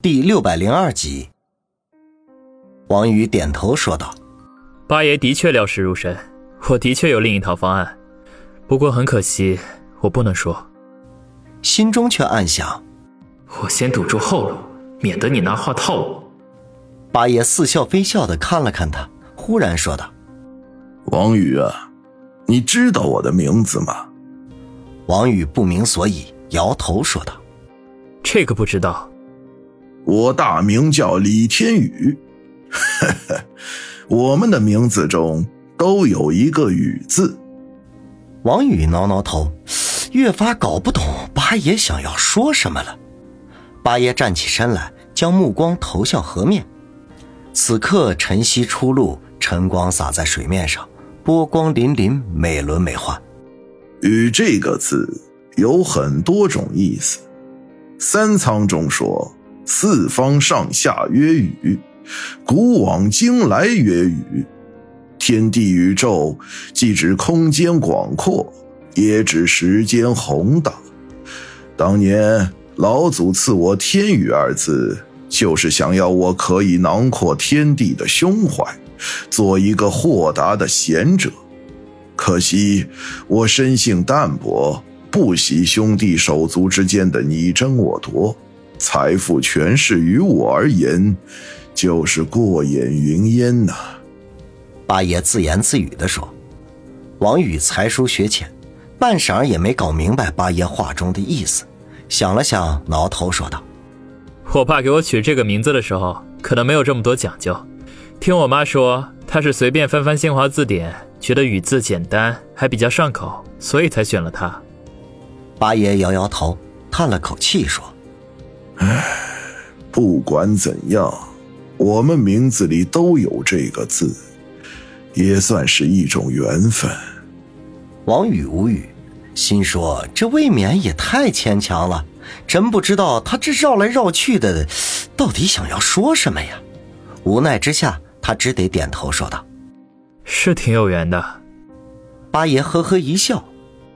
第602集。王宇点头说道： 八爷的确料事如神，我的确有另一套方案，不过很可惜我不能说。 心中却暗想， 我先堵住后路，免得你拿话套我。 八爷似笑非笑地看了看他，忽然说道： 王宇啊，你知道我的名字吗？ 王宇不明所以，摇头说道： 这个不知道。 我大名叫李天宇，我们的名字中都有一个宇字。 王宇挠挠头，越发搞不懂八爷想要说什么了。八爷站起身来，将目光投向河面。此刻晨曦初露，晨光洒在水面上，波光粼粼，美轮美奂。 宇这个字有很多种意思，三仓中说四方上下曰宇，古往今来曰宇。天地宇宙既指空间广阔，也指时间宏大。当年老祖赐我天宇二字，就是想要我可以囊括天地的胸怀，做一个豁达的贤者。可惜我生性淡薄，不喜兄弟手足之间的你争我夺，财富权势于我而言就是过眼云烟呐。 八爷自言自语地说。王宇才疏学浅，半晌也没搞明白八爷话中的意思，想了想，挠头说道： 我爸给我取这个名字的时候可能没有这么多讲究，听我妈说她是随便翻翻新华字典，觉得宇字简单还比较上口，所以才选了它。 八爷摇摇头，叹了口气说： 不管怎样，我们名字里都有这个字，也算是一种缘分。 王宇无语，心说这未免也太牵强了，真不知道他这绕来绕去的到底想要说什么呀。无奈之下，他只得点头说道： 是挺有缘的。 八爷呵呵一笑：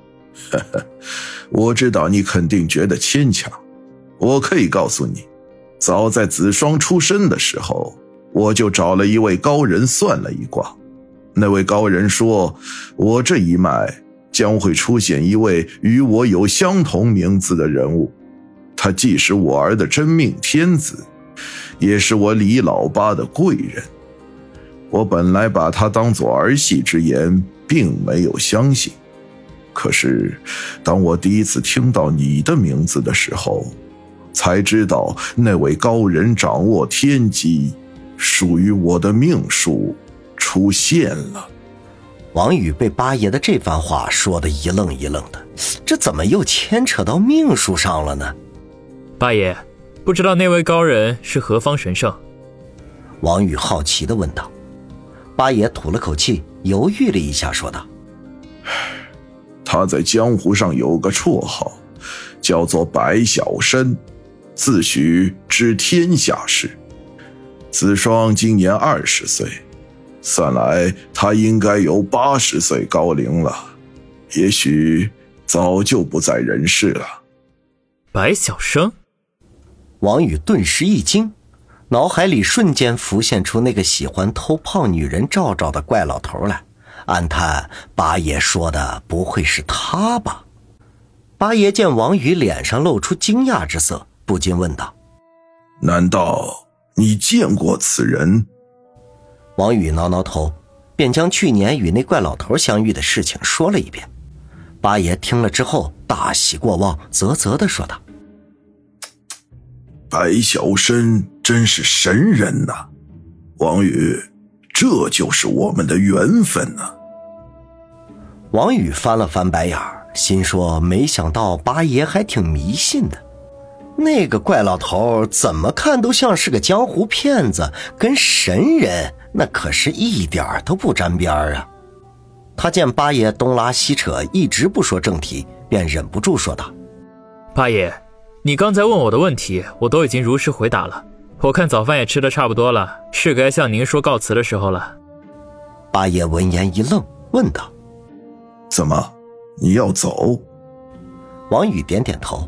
我知道你肯定觉得牵强，我可以告诉你，早在子双出生的时候，我就找了一位高人算了一卦。那位高人说，我这一脉将会出现一位与我有相同名字的人物，他既是我儿的真命天子，也是我李老八的贵人。我本来把他当作儿戏之言，并没有相信。可是当我第一次听到你的名字的时候，才知道那位高人掌握天机，属于我的命数出现了。 王宇被八爷的这番话说得一愣一愣的，这怎么又牵扯到命数上了呢？ 八爷，不知道那位高人是何方神圣？ 王宇好奇地问道。八爷吐了口气，犹豫了一下说道： 他在江湖上有个绰号，叫做白小生，自诩知天下事。子双今年20岁，算来他应该有80岁高龄了，也许早就不在人世了。 白小生？ 王宇顿时一惊，脑海里瞬间浮现出那个喜欢偷胖女人照照的怪老头来，暗叹八爷说的不会是他吧。八爷见王宇脸上露出惊讶之色，不禁问道： 难道你见过此人？ 王宇挠挠头，便将去年与那怪老头相遇的事情说了一遍。八爷听了之后大喜过望，啧啧地说道： 白小生真是神人呐，王宇，这就是我们的缘分呐。 王宇翻了翻白眼，心说没想到八爷还挺迷信的。那个怪老头怎么看都像是个江湖骗子，跟神人那可是一点都不沾边啊。他见八爷东拉西扯，一直不说正题，便忍不住说道： 八爷，你刚才问我的问题我都已经如实回答了，我看早饭也吃得差不多了，是该向您说告辞的时候了。 八爷闻言一愣，问道： 怎么，你要走？ 王宇点点头，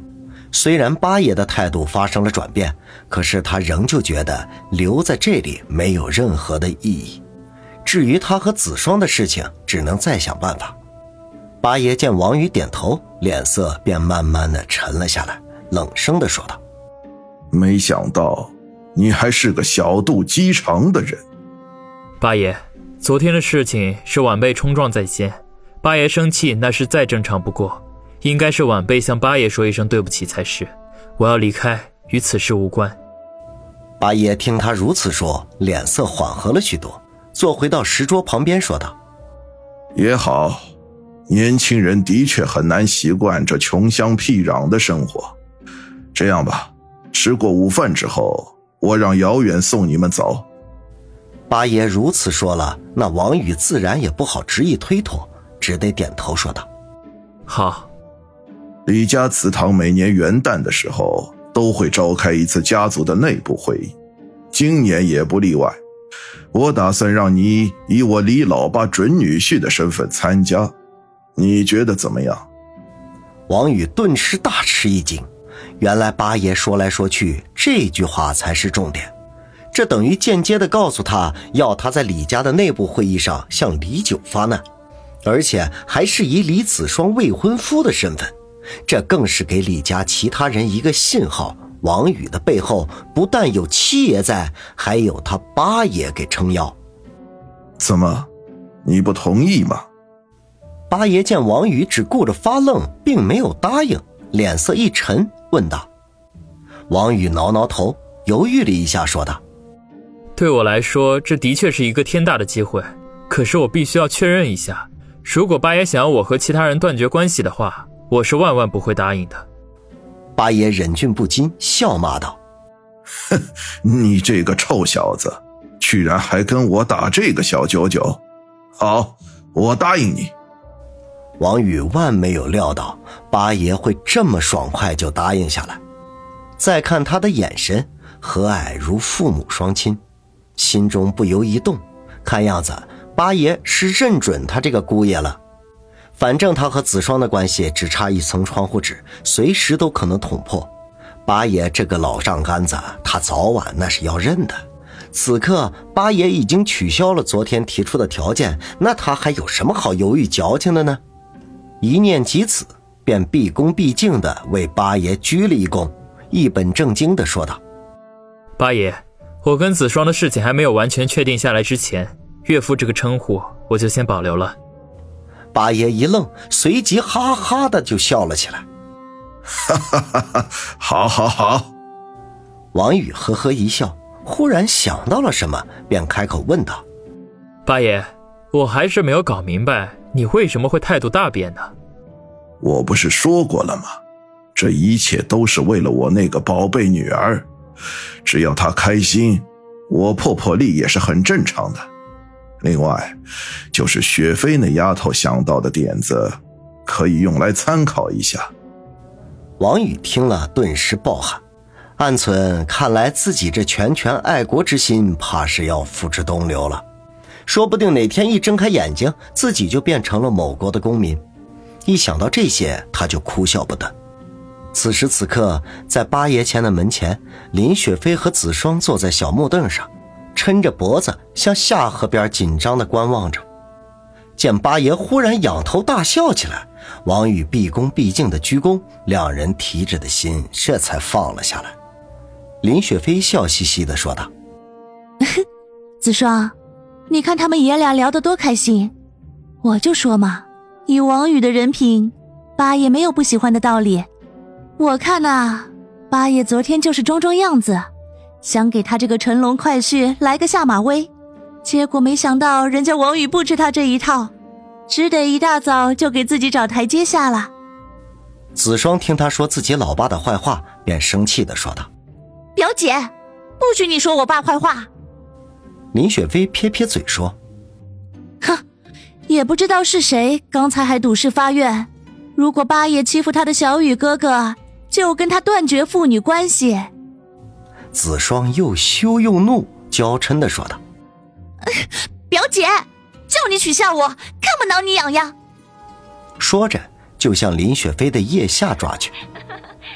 虽然八爷的态度发生了转变，可是他仍旧觉得留在这里没有任何的意义。至于他和子双的事情，只能再想办法。八爷见王宇点头，脸色便慢慢的沉了下来，冷声的说道： 没想到你还是个小肚鸡肠的人。 八爷，昨天的事情是晚辈冲撞在先，八爷生气那是再正常不过，应该是晚辈向八爷说一声对不起才是，我要离开，与此事无关。 八爷听他如此说，脸色缓和了许多，坐回到石桌旁边说道： 也好，年轻人的确很难习惯这穷乡僻壤的生活。这样吧，吃过午饭之后，我让姚远送你们走。 八爷如此说了，那王宇自然也不好执意推脱，只得点头说道： 好。 李家祠堂每年元旦的时候都会召开一次家族的内部会议，今年也不例外。我打算让你以我李老爸准女婿的身份参加，你觉得怎么样？ 王宇顿时大吃一惊，原来八爷说来说去，这句话才是重点，这等于间接地告诉他，要他在李家的内部会议上向李九发难，而且还是以李子双未婚夫的身份，这更是给李家其他人一个信号，王宇的背后不但有七爷在，还有他八爷给撑腰。 怎么，你不同意吗？ 八爷见王宇只顾着发愣，并没有答应，脸色一沉，问道。王宇挠挠头，犹豫了一下，说道： 对我来说，这的确是一个天大的机会，可是我必须要确认一下，如果八爷想要我和其他人断绝关系的话，我是万万不会答应的。 八爷忍俊不禁，笑骂道： 哼，你这个臭小子，居然还跟我打这个小九九。好，我答应你。 王宇万没有料到八爷会这么爽快就答应下来，再看他的眼神，和蔼如父母双亲，心中不由一动，看样子八爷是认准他这个姑爷了。反正他和子双的关系只差一层窗户纸，随时都可能捅破。八爷这个老丈杆子，他早晚那是要认的。此刻八爷已经取消了昨天提出的条件，那他还有什么好犹豫矫情的呢？一念及此，便毕恭毕敬地为八爷鞠了一躬，一本正经地说道： 八爷，我跟子双的事情还没有完全确定下来之前，岳父这个称呼我就先保留了。 八爷一愣，随即哈哈的就笑了起来。 哈哈哈哈，好好好。 王宇呵呵一笑，忽然想到了什么，便开口问道： 八爷，我还是没有搞明白你为什么会态度大变呢？ 我不是说过了吗？这一切都是为了我那个宝贝女儿，只要她开心，我破破例也是很正常的。另外，就是雪飞那丫头想到的点子，可以用来参考一下。 王宇听了顿时暴汗，暗忖看来自己这拳拳爱国之心怕是要付之东流了，说不定哪天一睁开眼睛，自己就变成了某国的公民。一想到这些，他就哭笑不得。此时此刻，在八爷前的门前，林雪飞和子双坐在小木凳上，抻着脖子向下河边紧张地观望着。见八爷忽然仰头大笑起来，王宇毕恭毕敬的鞠躬，两人提着的心这才放了下来。林雪飞笑嘻嘻地说道： 子双，你看他们爷俩聊得多开心，我就说嘛，以王宇的人品，八爷没有不喜欢的道理。我看啊，八爷昨天就是装装样子，想给他这个乘龙快婿来个下马威，结果没想到人家王宇不吃他这一套，只得一大早就给自己找台阶下了。 子双听他说自己老爸的坏话，便生气地说道： 表姐，不许你说我爸坏话。 林雪飞撇撇嘴说： 哼，也不知道是谁刚才还赌誓发愿，如果八爷欺负他的小雨哥哥，就跟他断绝父女关系。 子双又羞又怒，娇嗔地说道： 表姐，叫你取笑我，看不挠你痒痒。 说着就向林雪飞的腋下抓去。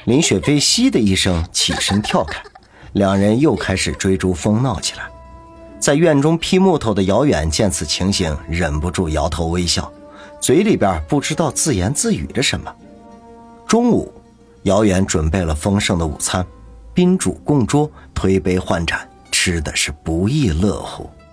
林雪飞嘻的一声起身跳开，两人又开始追逐疯闹起来。在院中劈木头的姚远见此情形，忍不住摇头微笑，嘴里边不知道自言自语着什么。中午，姚远准备了丰盛的午餐，宾主共桌，推杯换盏，吃的是不亦乐乎。